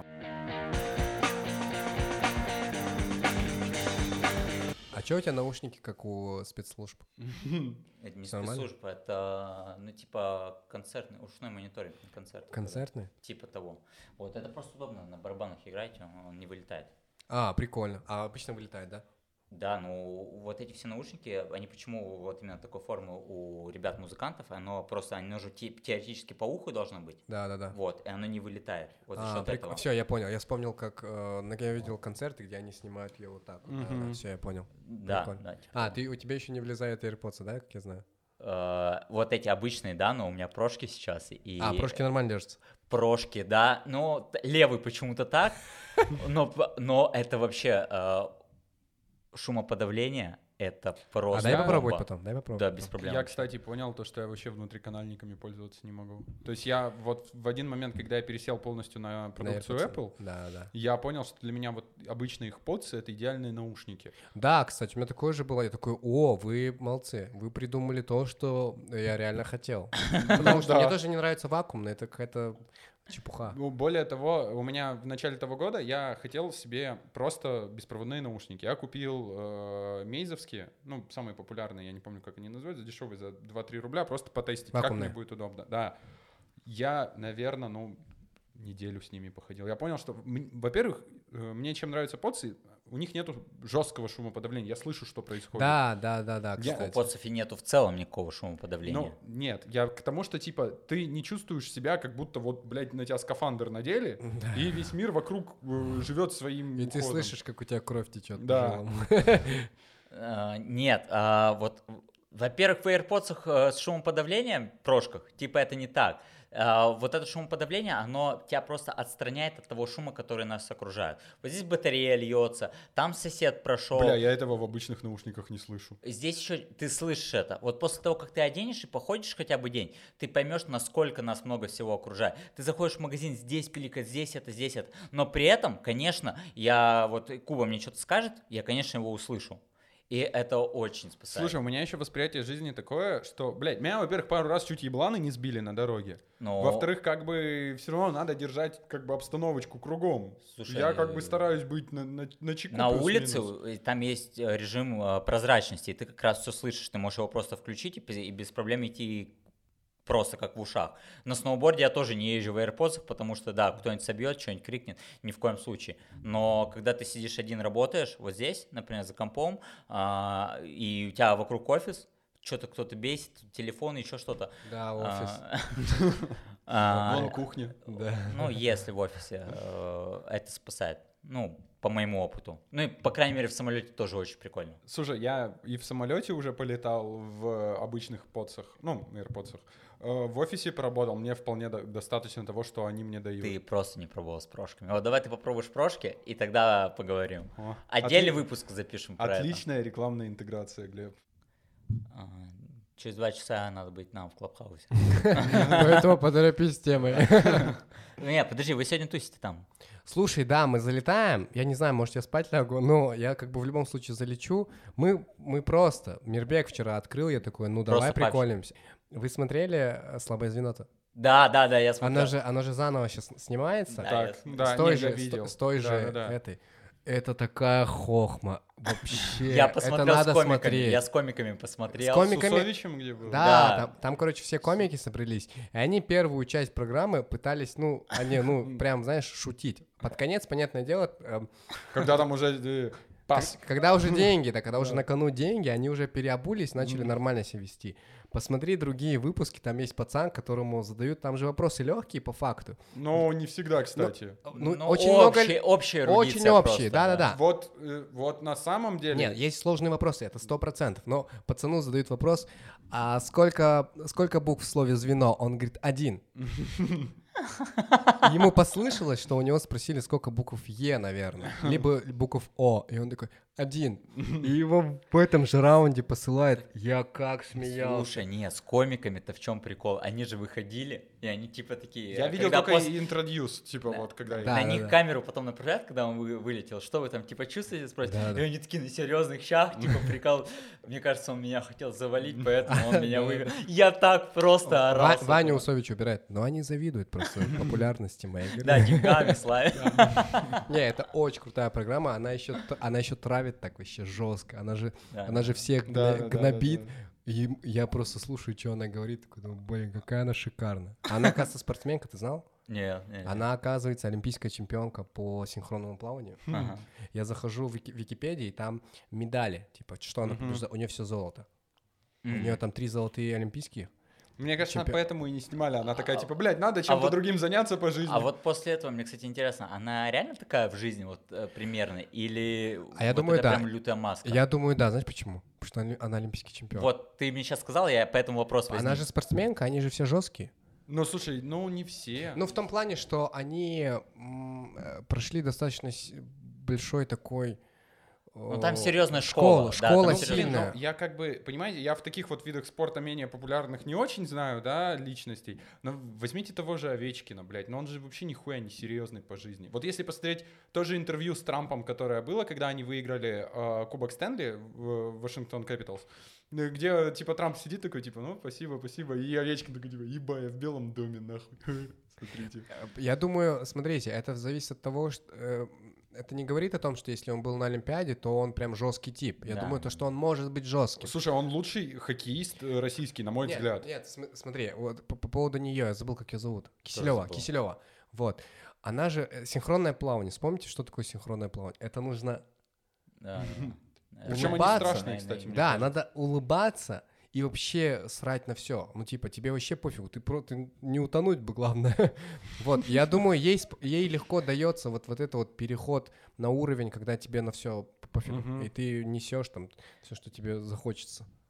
А что у тебя наушники, как у спецслужб? Это не спецслужб, это, ну, типа, концертный, ушной мониторинг, концерт. Концертный? Типа того. Вот, это просто удобно, на барабанах играть, он не вылетает. А, прикольно. А обычно вылетает, да? Да, ну вот эти все наушники, они почему вот именно такой формы у ребят-музыкантов, оно просто, оно же те, теоретически по уху должно быть. Да, да, да. Вот, и оно не вылетает. Вот а, за счет прик... этого. Все, я понял. Я вспомнил, как э, я видел концерты, где они снимают ее вот так. Mm-hmm. Да, да, все, я понял. Да, да типа. А, ты, у тебя еще не влезают AirPods, да, как я знаю? Uh, вот эти обычные, да, но у меня прошки сейчас. И... А, прошки нормально держатся? Прошки, да, ну, левый почему-то так, но, но это вообще uh, шумоподавление, это просто... А дай попробовать бомба. потом, дай попробовать. Да, без проблем. Я, кстати, понял то, что я вообще внутриканальниками пользоваться не могу. То есть я вот в один момент, когда я пересел полностью на продукцию на Apple, да, да. я понял, что для меня вот обычные их AirPods — это идеальные наушники. Да, кстати, у меня такое же было. Я такой, о, вы молодцы, вы придумали то, что я реально хотел. Потому что мне тоже не нравится вакуумно, это какая-то... чепуха. Ну, более того, у меня в начале того года я хотел себе просто беспроводные наушники. Я купил э, мейзовские, ну, самые популярные, я не помню, как они называются, дешевые, за два-три рубля, просто потестить, вакуумные. Как мне будет удобно. Да. Я, наверное, ну, неделю с ними походил. Я понял, что, во-первых, мне чем нравятся подсы, у них нету жесткого шумоподавления. Я слышу, что происходит. Да, да, да, да. У подсов и нету в целом никакого шумоподавления. Ну, нет, я к тому, что типа ты не чувствуешь себя, как будто вот, блядь, на тебя скафандр надели, да. И весь мир вокруг э, живет своим. И ходом. Ты слышишь, как у тебя кровь течет. Да. Нет, вот. Во-первых, в AirPods с шумоподавлением, прошках, типа это не так. А, вот это шумоподавление, оно тебя просто отстраняет от того шума, который нас окружает. Вот здесь батарея льется, там сосед прошел. Бля, я этого в обычных наушниках не слышу. Здесь еще ты слышишь это. Вот после того, как ты оденешь и походишь хотя бы день, ты поймешь, насколько нас много всего окружает. Ты заходишь в магазин, здесь пиликает, здесь это, здесь это. Но при этом, конечно, я вот Куба мне что-то скажет, я, конечно, его услышу. И это очень спасает. Слушай, у меня еще восприятие жизни такое, что, блядь, меня, во-первых, пару раз чуть ебланы не сбили на дороге. Но... Во-вторых, как бы все равно надо держать как бы обстановочку кругом. Слушай, я как бы стараюсь быть на, на, на чеку. На плюс-минус. улице там есть режим прозрачности, и ты как раз все слышишь, ты можешь его просто включить и без проблем идти просто как в ушах. На сноуборде я тоже не езжу в AirPods, потому что, да, кто-нибудь собьет, что-нибудь крикнет, ни в коем случае. Но когда ты сидишь один, работаешь, вот здесь, например, за компом, а, и у тебя вокруг офис, что-то кто-то бесит, телефон, еще что-то. Да, офис. Вон кухня. Ну, если в офисе, это спасает. Ну, по моему опыту. Ну и, по крайней мере, в самолете тоже очень прикольно. Слушай, я и в самолете уже полетал в обычных подсах, ну, AirPods'ах. В офисе поработал, мне вполне до- достаточно того, что они мне дают. Ты просто не пробовал с прошками. Вот давай ты попробуешь прошки, и тогда поговорим. О, Отдельный отли- выпуск запишем про Отличная рекламная интеграция, Глеб. это. Ага. Через два часа надо быть нам в Клабхаусе. Поэтому поторопись с темой. Не, подожди, вы сегодня тусите там? Слушай, да, мы залетаем. Я не знаю, может, я спать лягу, но я как бы в любом случае залечу. Мы, мы просто... Мирбек вчера открыл, я такой, ну давай Просто приколимся. Вы смотрели «Слабое звено»-то? Да, да, да, я смотрел. Оно же, оно же заново сейчас снимается. Да, Так, я- да, с той не, же, я с, видел. то- с той Да, же да, да. этой. Это такая хохма. Вообще. Я это посмотрел с надо комиками. смотреть. Я с комиками посмотрел. С комиками- С Усовичем где был? Да, Да. Там, там, короче, все комики собрались, и они первую часть программы пытались, ну, они, ну, прям, знаешь, шутить. Под конец, понятное дело, эм, Когда там уже э, пас. когда уже деньги, да, когда уже на кону деньги, они уже переобулись, начали нормально себя вести. Посмотри другие выпуски, там есть пацан, которому задают, там же вопросы легкие по факту. Но не всегда, кстати. Ну, Ну, очень много... общие, общие Очень эрудиция общие, просто, да-да-да. Вот, э, вот на самом деле... Нет, есть сложные вопросы, это сто процентов. Но пацану задают вопрос, а сколько, сколько букв в слове «звено»? Он говорит, один. Ему послышалось, что у него спросили, сколько букв «Е», наверное, либо букв «О». И он такой, один. И его в этом же раунде посылают. Я как смеялся. Слушай, не, с комиками-то в чем прикол? Они же выходили, и они типа такие... Я а видел когда только после- introduce, типа Да. вот когда... Да. на них камеру потом направляют, когда он вы- вылетел. Что вы там, типа, чувствуете? Спросят. Да, да. И они такие на серьезных щах, типа, прикол. Мне кажется, он меня хотел завалить, поэтому он меня вывел. Я так просто орал. Ва- с Ваню этого. Усович убирает. Но они завидуют просто популярности моей. Да, деньгами славят. Не, это очень крутая программа. Она еще, она еще травит так вообще жестко. Она же, Да. она же всех Да, гна- да, да, гнобит. да. И я просто слушаю, что она говорит. Такой думаю, блин, какая она шикарная. Она, оказывается, спортсменка, ты знал? Не, не, не. Она, оказывается, олимпийская чемпионка по синхронному плаванию. Ага. Я захожу в Вики- Википедии, там медали. Типа, что она Мгм. побеждала? У нее все золото. У М. нее там три золотые олимпийские. Мне кажется, Чемпион. поэтому и не снимали. Она такая, типа, блядь, надо чем-то вот- другим заняться по жизни. А вот после этого, мне, кстати, интересно, она реально такая в жизни, вот, э, примерно? Или А я вот думаю, это да. прям лютая маска? Я думаю, да, знаешь почему? Потому что она, она олимпийский чемпион. Вот, ты мне сейчас сказал, я по этому вопрос возник. Она же спортсменка, они же все жесткие. Ну, слушай, ну не все. Ну, в том плане, что они м, э, прошли достаточно с- большой такой... Ну, там серьезная школа. Школа, да, школа там Ну, серьезная- блин, сильная. ну, я как бы, понимаете, я в таких вот видах спорта менее популярных не очень знаю, да, личностей, но возьмите того же Овечкина, блядь, но он же вообще нихуя не серьезный по жизни. Вот если посмотреть то же интервью с Трампом, которое было, когда они выиграли э, Кубок Стэнли в Вашингтон Капиталс, э, где, типа, Трамп сидит такой, типа, ну, спасибо, спасибо, и Овечкин такой, типа, еба, я в Белом доме, нахуй. Смотрите. Я думаю, смотрите, это зависит от того, что... э, это не говорит о том, что если он был на Олимпиаде, то он прям жесткий тип. Я Да. думаю, то, что он может быть жестким. Слушай, он лучший хоккеист э, российский, на мой Нет, взгляд. нет, см- смотри, вот по, по поводу нее, я забыл, как ее зовут. Киселева, забыл. Киселева. Вот. Она же э, синхронное плавание. Вспомните, что такое синхронное плавание? Это нужно, Да, да. Причем они улыбаться. страшные, кстати, мне да, кажется. надо улыбаться и вообще срать на все. Ну, типа, тебе вообще пофигу, ты, про, ты не утонуть бы, главное. Вот, я думаю, ей, сп- ей легко дается вот, вот это вот переход на уровень, когда тебе на все пофигу, Мгм. и ты несешь там все, что тебе захочется.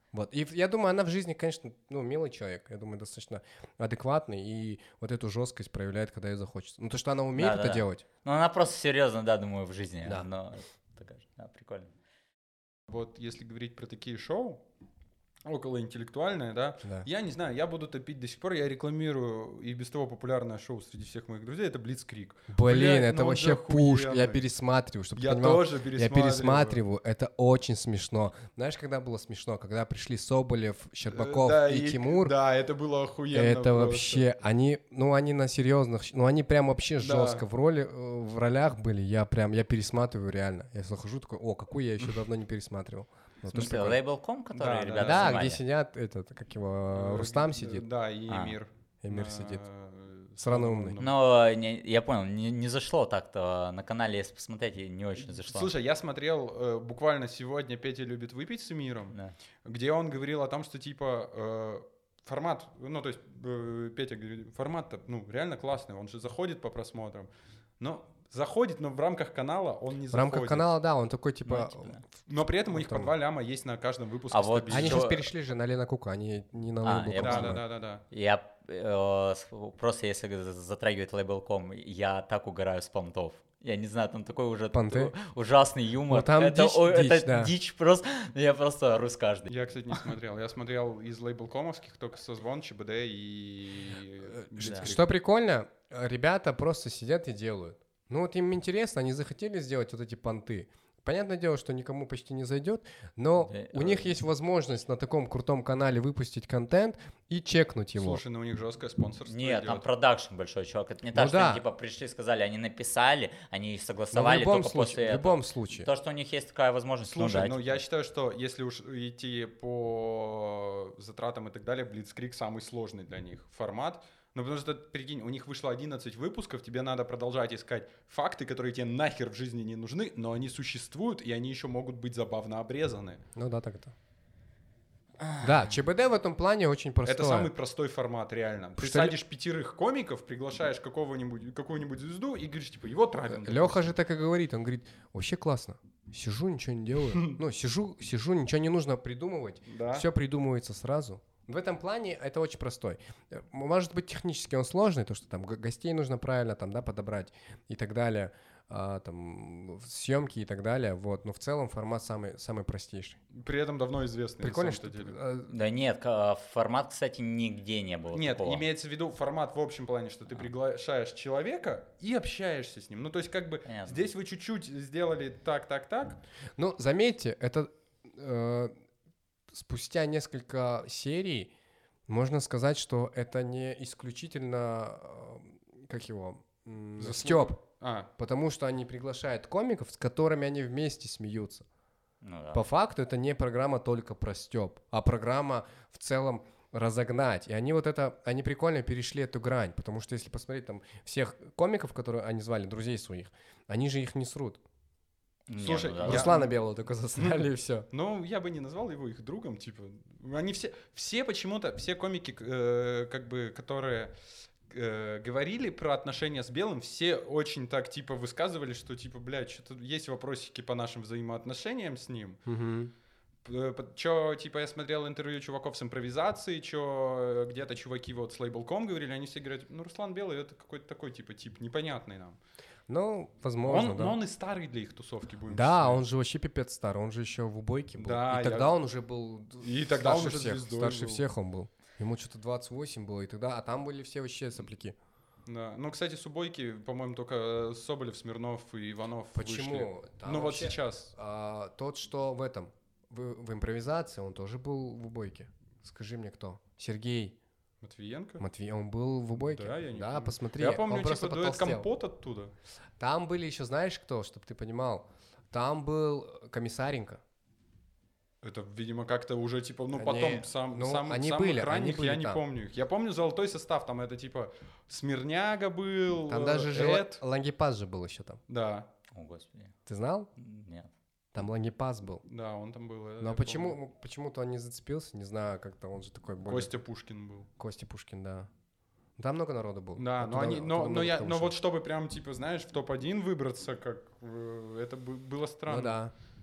Вот. И я думаю, она в жизни, конечно, ну, милый человек. Я думаю, достаточно адекватный. И вот эту жесткость проявляет, когда ей захочется. Ну, то, что она умеет Да, да, это да. делать. Ну, она просто серьезно, да, думаю, в жизни. Да. Но такая же, да, прикольно. Вот если говорить про такие шоу, околоинтеллектуальное, да, Да. я не знаю, я буду топить до сих пор, я рекламирую и без того популярное шоу среди всех моих друзей, это Blitzkrieg. Блин, Блядь, это ну он вообще же пушка. Я охуенный. пересматриваю, чтобы Я ты понимал. тоже Я пересматриваю. пересматриваю, это очень смешно. Знаешь, когда было смешно? Когда пришли Соболев, Щербаков Да, и, Тимур. Да, это было охуенно. Это просто. вообще, они, ну, они на серьезных, ну, они прям вообще Да. жестко в роли, э, в ролях были. Я прям, я пересматриваю реально. Я захожу такой, о, какую я еще давно не пересматривал. В Вот то, смысле, что- Label точка ком, который Да, да, ребята Да, снимали? где сидят, этот, как его, Э, Рустам э, сидит, Да, и А. Эмир. Эмир На- сидит. с Сраный умный. умным. Но не- я понял, не, не зашло так-то на канале, если посмотреть, и не очень зашло. Слушай, я смотрел э, буквально сегодня «Петя любит выпить» с Эмиром, Да. где он говорил о том, что типа э, формат, ну то есть э, Петя говорит, формат-то ну реально классный, он же заходит по просмотрам, но заходит, но в рамках канала он не В заходит. рамках канала, да, он такой, типа... Ну, типа, да. Но при этом у Вот них по там. два ляма есть на каждом выпуске А вот стабильно. Они Что- сейчас перешли же на Лена Кука, они не на А, Лейбл я Ком Да, понял. да, снимают. да, да, да. Я э, с- просто если г- затрагивать Label точка ком, я так угораю с понтов. Я не знаю, там такой уже Понты? у- ужасный юмор. Ну, там это, дичь, о- дичь, это да. дичь просто. Я просто ору с каждой. Я, кстати, не смотрел. Я смотрел из лейбл-комовских только созвон, ЧБД и... Ш- Да. Что прикольно, э, ребята просто сидят и делают. Ну вот им интересно, они захотели сделать вот эти понты. Понятное дело, что никому почти не зайдет, но Да, у э, них есть возможность на таком крутом канале выпустить контент и чекнуть его. Слушай, ну у них жесткое спонсорство Нет, там идет. продакшн большой, чувак. Это не так, Ну что да. они типа пришли, сказали, они написали, они Но в согласовали любом только случае, после в этого. любом случае. То, что у них есть такая возможность. ну Слушай, да, ну типа. я считаю, что если уж идти по затратам и так далее, Blitzkrieg самый сложный для них формат. Ну, потому что, прикинь, у них вышло одиннадцать выпусков, тебе надо продолжать искать факты, которые тебе нахер в жизни не нужны, но они существуют, и они еще могут быть забавно обрезаны. Ну да, так это. Да, ЧБД в этом плане очень простое. Это самый простой формат, реально. Ты Что садишь пятерых комиков, приглашаешь какого-нибудь, какую-нибудь звезду и говоришь, типа, его травим. Леха же так и говорит, он говорит, вообще классно. Сижу, ничего не делаю. Ну, сижу, сижу, ничего не нужно придумывать. Да. Все придумывается сразу. В этом плане это очень простой. Э, Может быть, технически он сложный, то, что там г- гостей нужно правильно там, да, подобрать и так далее, а, там, съемки и так далее, вот. Но в целом формат самый, самый простейший. При этом давно известный. на Прикольно, что... самом-то деле. э, Да нет, к- формат, кстати, нигде не было. Нет, такого. имеется в виду формат в общем плане, что ты приглашаешь человека и общаешься с ним. Ну, то есть, как бы, Понятно. здесь вы чуть-чуть сделали так, так, так. Ну, заметьте, это э, спустя несколько серий можно сказать, что это не исключительно, э, как его, м, Заслуга. Стёб, А, потому что они приглашают комиков, с которыми они вместе смеются. Ну да. По факту это не программа только про Стёб, а программа в целом разогнать. И они вот это, они прикольно перешли эту грань, потому что если посмотреть там всех комиков, которые они звали, друзей своих, они же их не срут. Не, Слушай, ну да, я- да. Руслана Белого только засрали и все. ну, я бы не назвал его их другом, типа. Они все, все почему-то, все комики, э, как бы, которые э, говорили про отношения с Белым, все очень так, типа, высказывали, что, типа, блядь, что-то есть вопросики по нашим взаимоотношениям с ним. Че, типа, я смотрел интервью чуваков с импровизацией, че где-то чуваки вот с Label точка ком говорили, они все говорят, ну, Руслан Белый, это какой-то такой, типа, тип, непонятный нам. Ну, возможно, Он, да. но он и старый для их тусовки, будем Да, считать. он же вообще пипец старый, он же еще в убойке был. Да, и тогда я- он уже был И тогда он старше уже всех, звездой старше был. всех он был. Ему что-то двадцать восемь было, и тогда, а там были все вообще сопляки. Да. Ну, кстати, с убойки, по-моему, только Соболев, Смирнов и Иванов вышли. Почему? Там Ну, вот вообще, сейчас. а, тот, что в этом, в, в импровизации, он тоже был в убойке. Скажи мне, кто? Сергей Матвиенко? Матвей, он был в убойке? Да, я не Да, помню. посмотри, Я он помню, просто типа, дуэт потолстел. Компот оттуда. Там были еще, знаешь кто, чтобы ты понимал, там был Комиссаренко. Это, видимо, как-то уже, типа, ну, Они- потом сам, ну, сам, они самых были, они ранних были я не там. помню их. Я помню золотой состав, там это, типа, Смирняга был, Там э, даже же Эд. Ла- Лангепас же был еще там. Да, О, господи. Ты знал? Нет. Там Лангепас был. да, он там был. э, Но я почему, помню. почему-то он не зацепился, не знаю, как-то он же такой более... Костя Пушкин был. Костя Пушкин, да. Там много народу было. Да, но, Оттуда- они, но, оттуда но, много я, кто но вышел. вот чтобы прям, типа, знаешь, в топ один выбраться, как э, это бы- было странно. Ну да.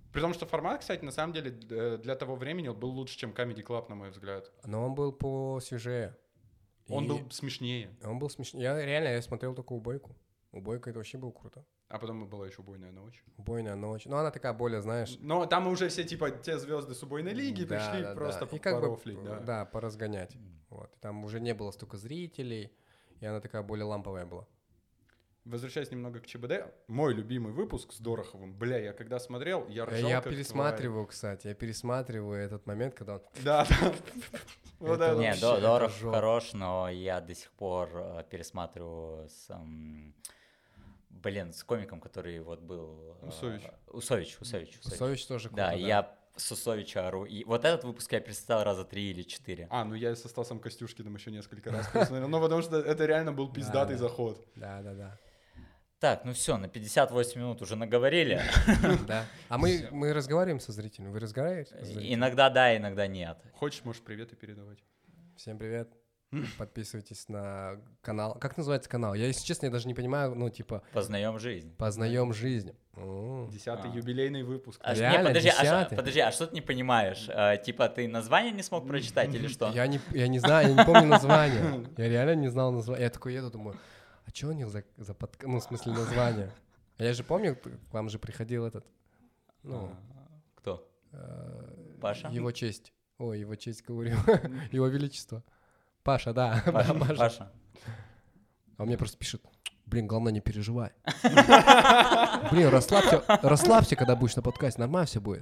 При том, что формат, кстати, на самом деле э, для того времени он был лучше, чем Comedy Club, на мой взгляд. Но он был посвежее. Он И был смешнее. Он был смешнее. Я реально я смотрел только «Убойку». «Убойка» — это вообще было круто. А потом была еще «Убойная ночь». «Убойная ночь». Ну, она такая более, знаешь... Но там уже все, типа, те звезды с «Убойной лиги» Да, пришли да, просто да. И как бы, порофлить, да. да, поразгонять. Вот. И там уже не было столько зрителей, и она такая более ламповая была. Возвращаясь немного к ЧБД, мой любимый выпуск с Дороховым, бля, я когда смотрел, я ржал Я как пересматриваю, кстати, я пересматриваю этот момент, когда он... тварь. Да, да. Вот Это это. Не, вообще, До- это Доров жопа. хорош, но я до сих пор э, пересматриваю с... м, Блин, с комиком, который вот был... э, Усович. Усович, Усович, Усович. Усович тоже круто, Да, я с Усовича ору. И вот этот выпуск я пересмотрел раза три или четыре. А, ну я со Стасом Костюшкиным еще несколько раз пересмотрел, ну потому что это реально был пиздатый да. заход. Да, да, да. Так, ну все, на пятьдесят восемь минут уже наговорили. Да. А мы, мы разговариваем со зрителем. Вы разговариваете со зрителем? Иногда да, иногда нет. Хочешь, можешь приветы передавать. Всем привет. Подписывайтесь на канал. Как называется канал? Я, если честно, я даже не понимаю, ну, типа, Познаем жизнь. познаем жизнь. М. Десятый А. юбилейный выпуск. А, ш- Реально, не, подожди, а, ш- десятый? подожди, а что ты не понимаешь? А, типа ты название не смог прочитать или что? Я не, я не знаю, я не помню название. Я реально не знал название. Я такой еду, думаю, а что у них за, за подка... Ну, в смысле, название? Я же помню, к вам же приходил этот, ну, А, Кто? э, Паша? его честь. Ой, его честь, говорю. Его величество. Паша, да. Паша. Да, Паша. Паша. А он мне просто пишет, блин, главное, не переживай. Блин, расслабься, расслабься, когда будешь на подкасте, нормально все будет.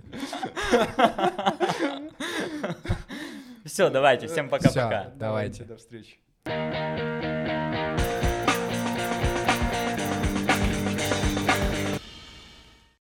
Все, давайте, всем пока-пока. Всё, давайте. До встречи.